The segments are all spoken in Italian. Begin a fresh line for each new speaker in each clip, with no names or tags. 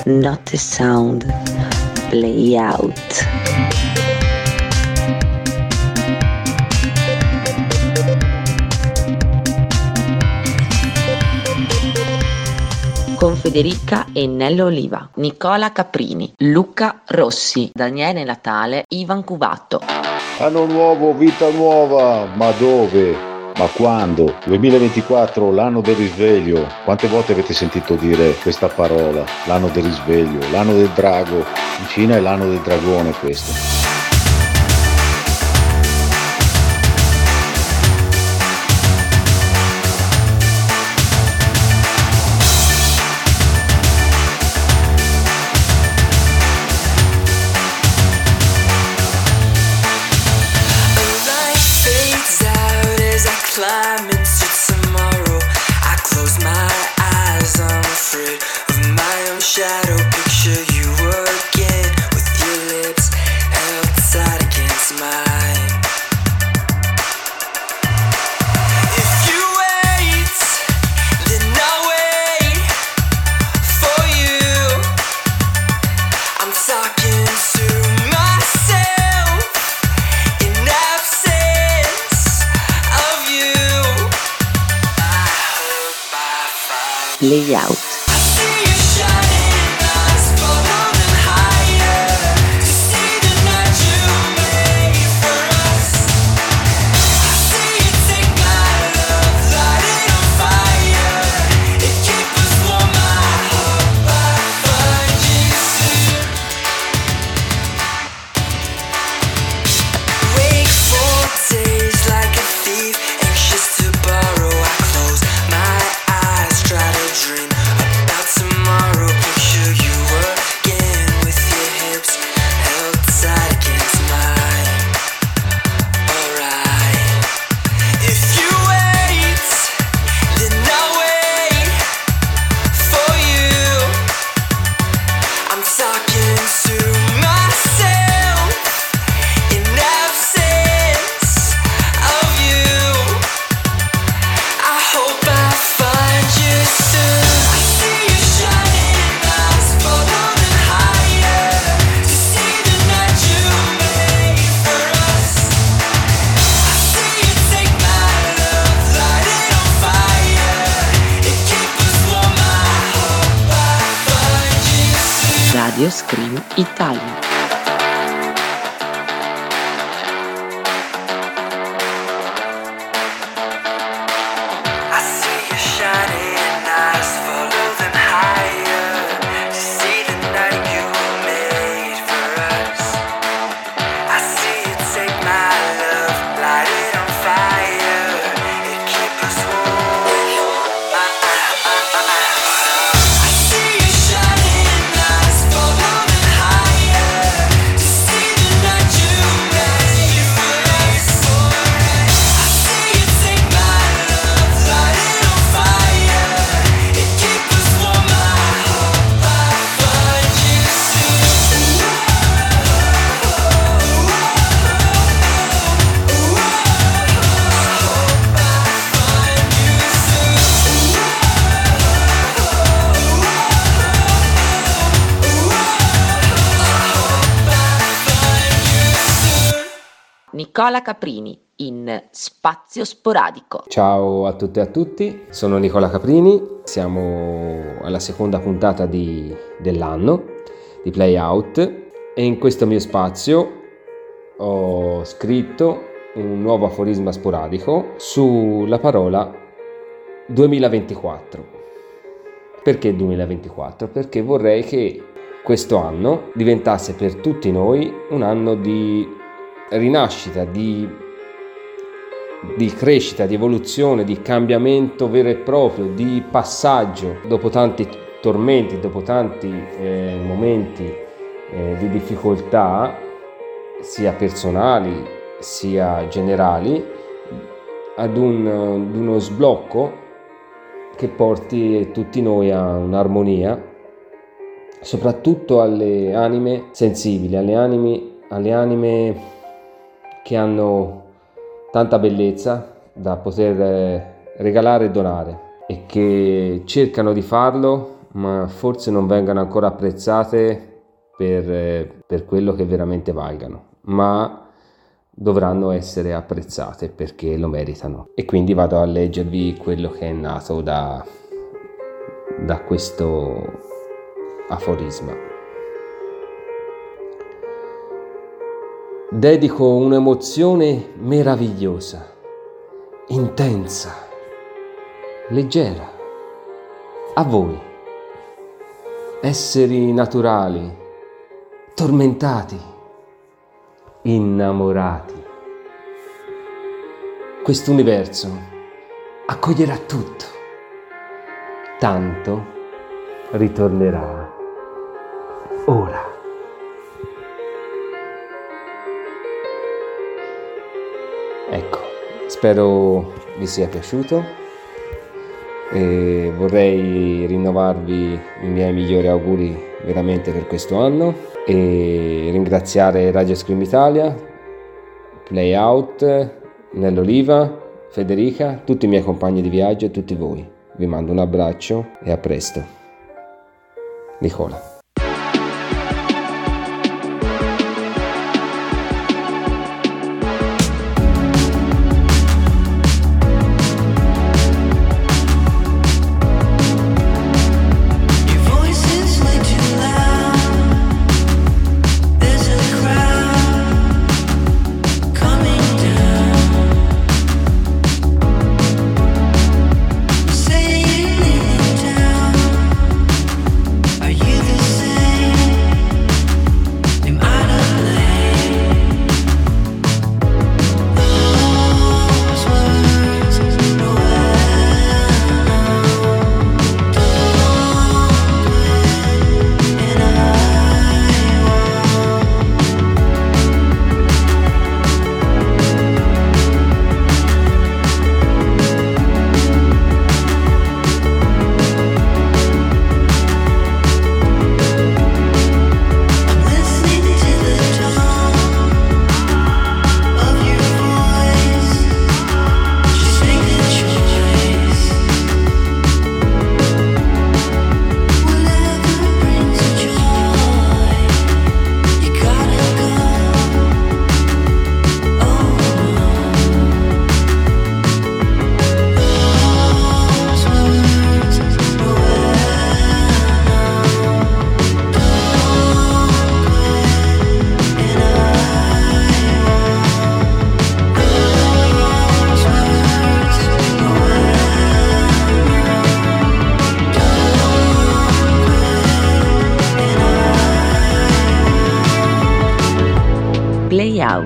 Not a Sound, Play Out. Con Federica e Nello Oliva, Nicola Caprini, Luca Rossi, Daniele Natale, Ivan Cubato.
Anno nuovo, vita nuova, ma dove? Ma quando? 2024, l'anno del risveglio. Quante volte avete sentito dire questa parola? L'anno del risveglio, l'anno del drago. In Cina è l'anno del dragone questo.
Climb into tomorrow. I close my eyes, I'm afraid of my own shadow. Picture you again with your lips held tight against mine. If you wait, then I'll wait for you. I'm talking to myself in absence of you.
Layout. Radio Scream Italia. Nicola Caprini in Spazio Sporadico.
Ciao a tutte e a tutti, sono Nicola Caprini, siamo alla seconda puntata dell'anno di Play Out e in questo mio spazio ho scritto un nuovo aforisma sporadico sulla parola 2024. Perché 2024? Perché vorrei che questo anno diventasse per tutti noi un anno di rinascita, di crescita, di evoluzione, di cambiamento vero e proprio, di passaggio dopo tanti tormenti, dopo tanti momenti di difficoltà sia personali sia generali, ad uno sblocco che porti tutti noi a un'armonia, soprattutto alle anime sensibili, alle anime che hanno tanta bellezza da poter regalare e donare e che cercano di farlo ma forse non vengano ancora apprezzate per quello che veramente valgano, ma dovranno essere apprezzate perché lo meritano. E quindi vado a leggervi quello che è nato da questo aforisma. Dedico un'emozione meravigliosa, intensa, leggera, a voi, esseri naturali, tormentati, innamorati. Quest'universo accoglierà tutto, tanto ritornerà ora. Ecco, spero vi sia piaciuto e vorrei rinnovarvi i miei migliori auguri veramente per questo anno e ringraziare Radio Scream Italia, Play Out, Nell'Oliva, Federica, tutti i miei compagni di viaggio e tutti voi. Vi mando un abbraccio e a presto. Nicola.
Play Out.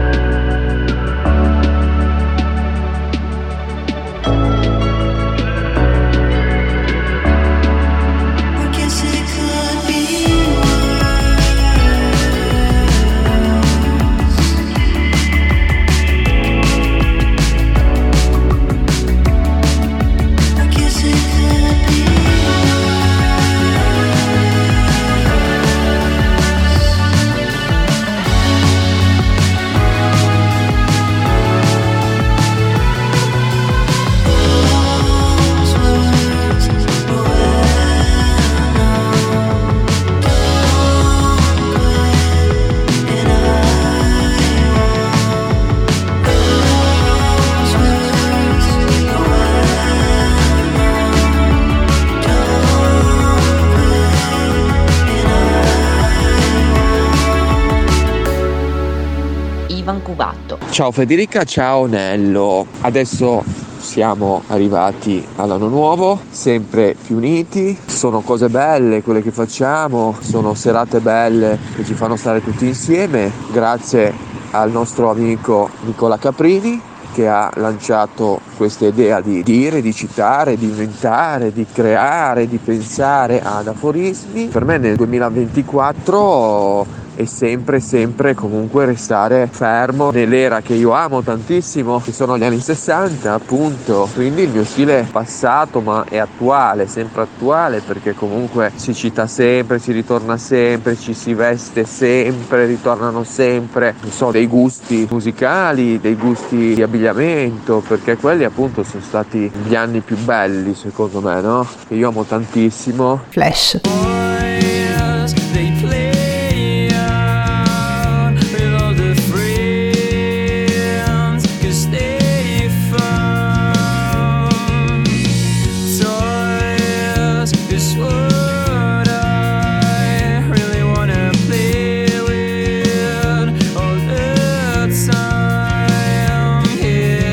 Ciao Federica, ciao Nello. Adesso siamo arrivati all'anno nuovo, sempre più uniti. Sono cose belle quelle che facciamo, sono serate belle che ci fanno stare tutti insieme. Grazie al nostro amico Nicola Caprini che ha lanciato questa idea di dire, di citare, di inventare, di creare, di pensare ad aforismi. Per me nel 2024 e sempre comunque restare fermo nell'era che io amo tantissimo, che sono gli anni 60 appunto. Quindi il mio stile è passato ma è attuale, sempre attuale, perché comunque si cita sempre, si ritorna sempre, ci si veste sempre, ritornano sempre, non so, dei gusti musicali, dei gusti di abbigliamento, perché quelli appunto sono stati gli anni più belli secondo me, no? Che io amo tantissimo.
Flash.
They play out with all the friends 'cause they found toys is what I really wanna play with all the time here.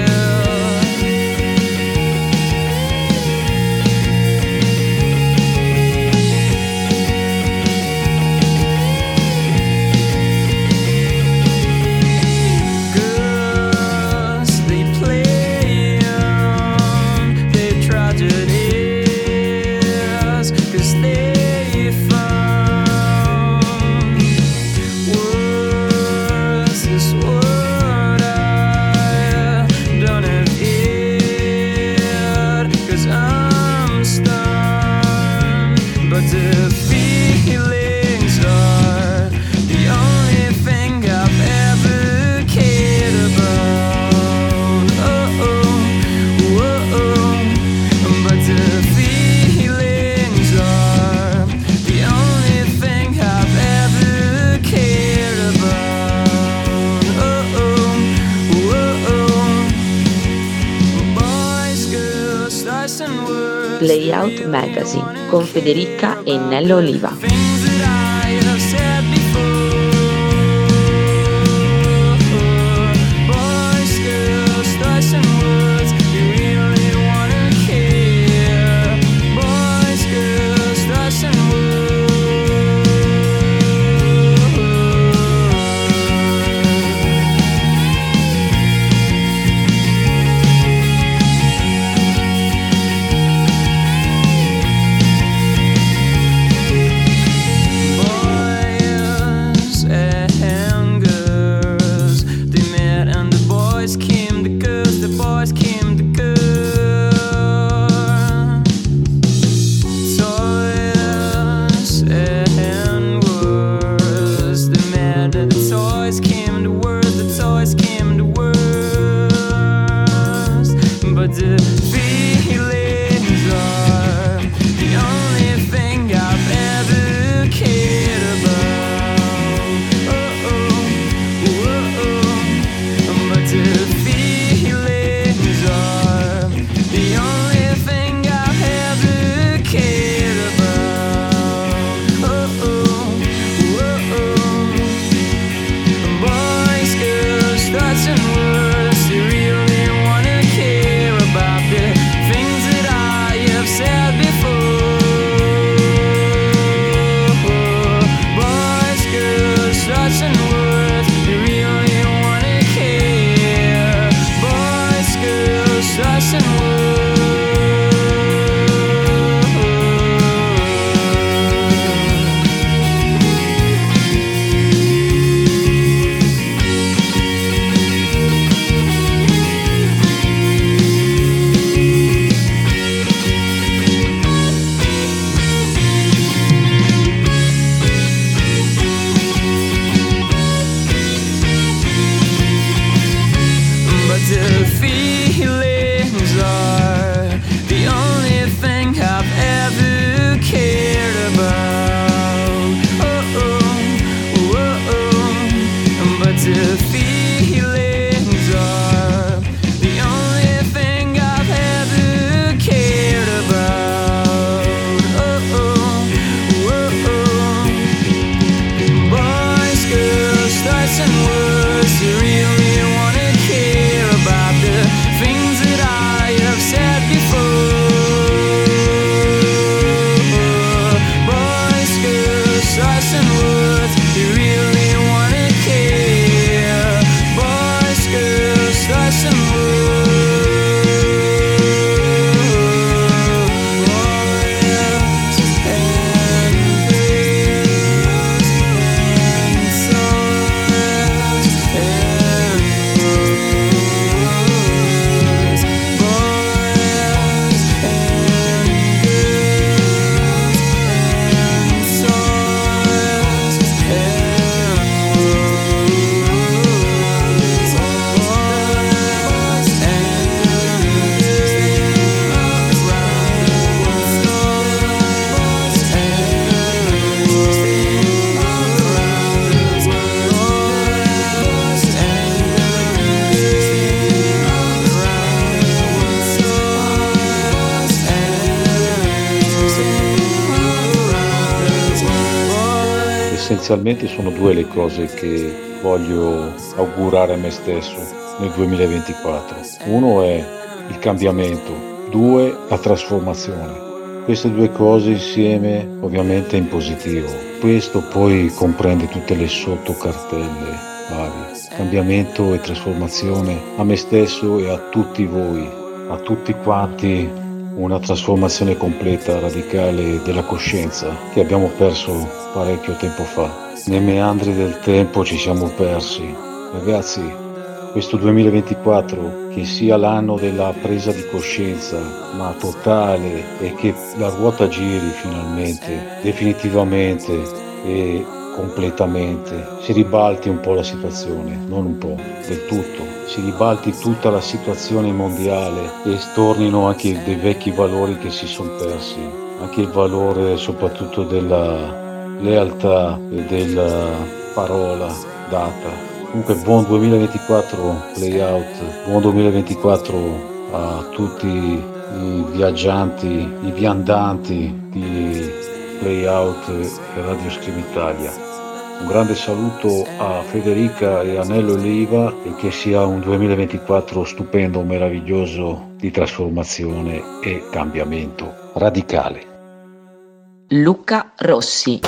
Playout Magazine con Federica e Nello Oliva.
Things that I have said before. Boys, girls, thoughts and words. You really wanna care. Boys, girls, thoughts and the feelings are
Essenzialmente sono due le cose che voglio augurare a me stesso nel 2024. Uno è il cambiamento, due la trasformazione. Queste due cose insieme ovviamente in positivo. Questo poi comprende tutte le sottocartelle varie. Cambiamento e trasformazione a me stesso e a tutti voi, a tutti quanti, una trasformazione completa, radicale della coscienza che abbiamo perso parecchio tempo fa. Nei meandri del tempo ci siamo persi. Ragazzi, questo 2024 che sia l'anno della presa di coscienza, ma totale, e che la ruota giri finalmente, definitivamente e completamente, si ribalti un po' la situazione, non un po', del tutto, si ribalti tutta la situazione mondiale e tornino anche dei vecchi valori che si sono persi, anche il valore soprattutto della lealtà e della parola data. Comunque buon 2024 Play Out, buon 2024 a tutti i viaggianti, i viandanti di Play Out e Radio Scream Italia. Un grande saluto a Federica e a Nello Oliva e che sia un 2024 stupendo, meraviglioso di trasformazione e cambiamento radicale.
Luca Rossi.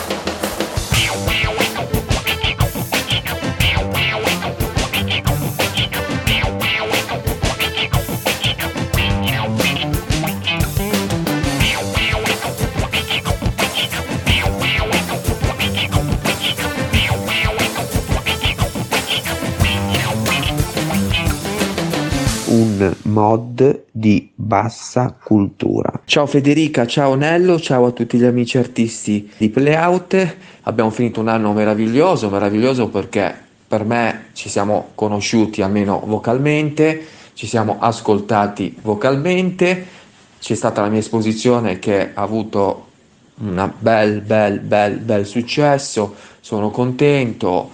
Un mod di bassa cultura. Ciao Federica, ciao Nello, ciao a tutti gli amici artisti di Playout. Abbiamo finito un anno meraviglioso perché per me ci siamo conosciuti almeno vocalmente, ci siamo ascoltati vocalmente, c'è stata la mia esposizione che ha avuto un bel successo, sono contento.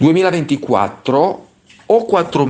2024 o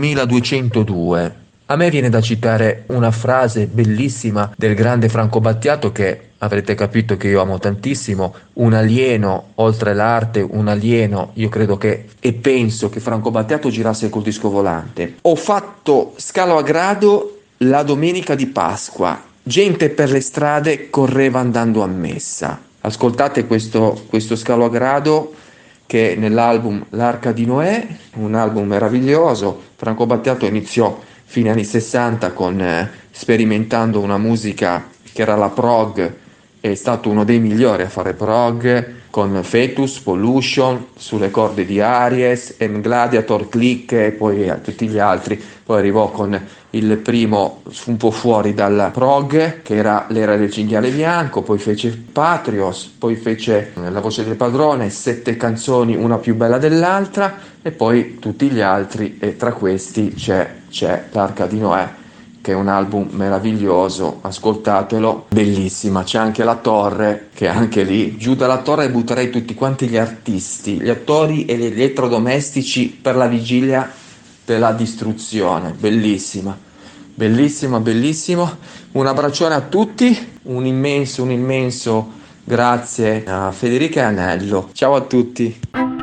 4202. A me viene da citare una frase bellissima del grande Franco Battiato, che avrete capito che io amo tantissimo, un alieno oltre l'arte, un alieno, io credo che e penso che Franco Battiato girasse col disco volante. Ho fatto scalo a grado la domenica di Pasqua, gente per le strade correva andando a messa. Ascoltate questo scalo a grado che è nell'album L'Arca di Noè, un album meraviglioso. Franco Battiato iniziò fine anni 60 sperimentando una musica che era la prog, è stato uno dei migliori a fare prog, con Fetus, Pollution, Sulle corde di Aries, M Gladiator, Click e poi tutti gli altri. Poi arrivò con il primo un po' fuori dalla prog, che era L'era del cinghiale bianco, poi fece Patrios, poi fece La voce del padrone, 7 canzoni una più bella dell'altra, e poi tutti gli altri, e tra questi c'è L'Arca di Noè, che è un album meraviglioso, ascoltatelo, bellissima. C'è anche La Torre, che anche lì, giù dalla torre butterei tutti quanti gli artisti, gli attori e gli elettrodomestici per la vigilia della distruzione, bellissima, bellissimo. Un abbraccione a tutti, un immenso grazie a Federica e Anello. Ciao a tutti.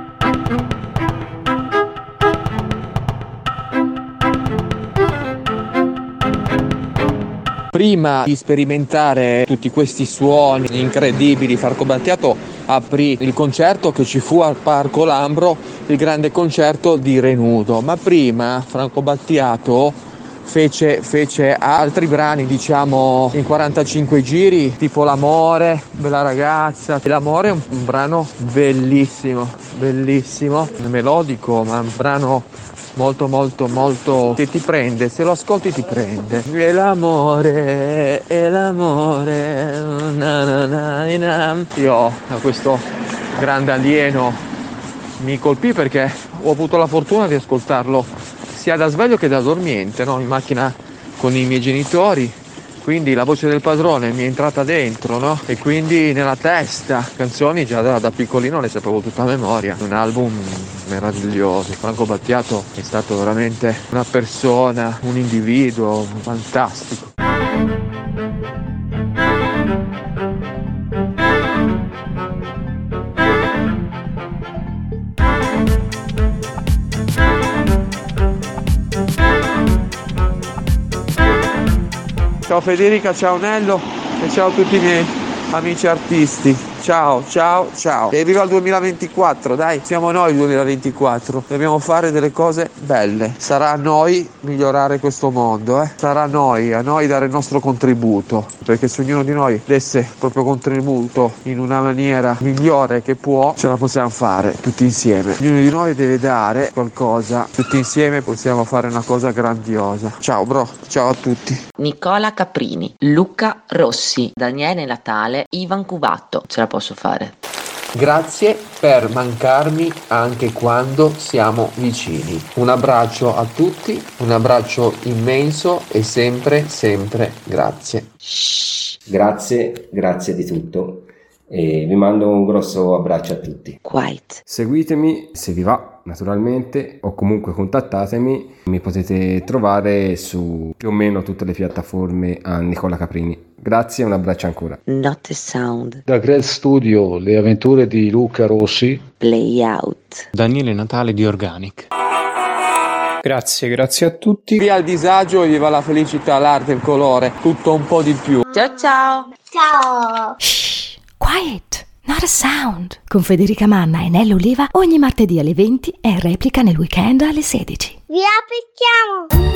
Prima di sperimentare tutti questi suoni incredibili, Franco Battiato aprì il concerto che ci fu al Parco Lambro, il grande concerto di Renudo. Ma prima Franco Battiato fece altri brani, diciamo, in 45 giri, tipo L'amore, Bella ragazza. L'amore è un brano bellissimo, melodico, ma un brano molto che ti prende, se lo ascolti ti prende. E l'amore, io a questo grande alieno mi colpì perché ho avuto la fortuna di ascoltarlo sia da sveglio che da dormiente, no? In macchina con i miei genitori, quindi La voce del padrone mi è entrata dentro, no? E quindi nella testa, canzoni già da piccolino le sapevo tutta a memoria. Un album meraviglioso. Franco Battiato è stato veramente una persona, un individuo fantastico. Ciao Federica, ciao Nello e ciao a tutti i miei amici artisti. Ciao, ciao, ciao. E viva il 2024, dai. Siamo noi il 2024. Dobbiamo fare delle cose belle. Sarà a noi migliorare questo mondo, Sarà a noi dare il nostro contributo. Perché se ognuno di noi desse il proprio contributo in una maniera migliore che può, ce la possiamo fare tutti insieme. Ognuno di noi deve dare qualcosa. Tutti insieme possiamo fare una cosa grandiosa. Ciao bro, ciao a tutti.
Nicola Caprini, Luca Rossi, Daniele Natale, Ivan Cubatto. Ce la posso fare.
Grazie per mancarmi anche quando siamo vicini. Un abbraccio a tutti, un abbraccio immenso e sempre, sempre grazie.
Grazie di tutto e vi mando un grosso abbraccio a tutti.
Quiet.
Seguitemi se vi va, naturalmente, o comunque contattatemi. Mi potete trovare su più o meno tutte le piattaforme a Nicola Caprini. Grazie e un abbraccio ancora.
Not a sound.
Da Grell Studio, le avventure di Luca Rossi.
Play out.
Daniele Natale di Organic. Grazie a tutti.
Via il disagio e viva la felicità, l'arte, il colore, tutto un po' di più.
Ciao ciao.
Ciao. Shh, quiet, not a sound. Con Federica Manna e Nello Oliva ogni martedì alle 20 e replica nel weekend alle 16.
Vi aspettiamo.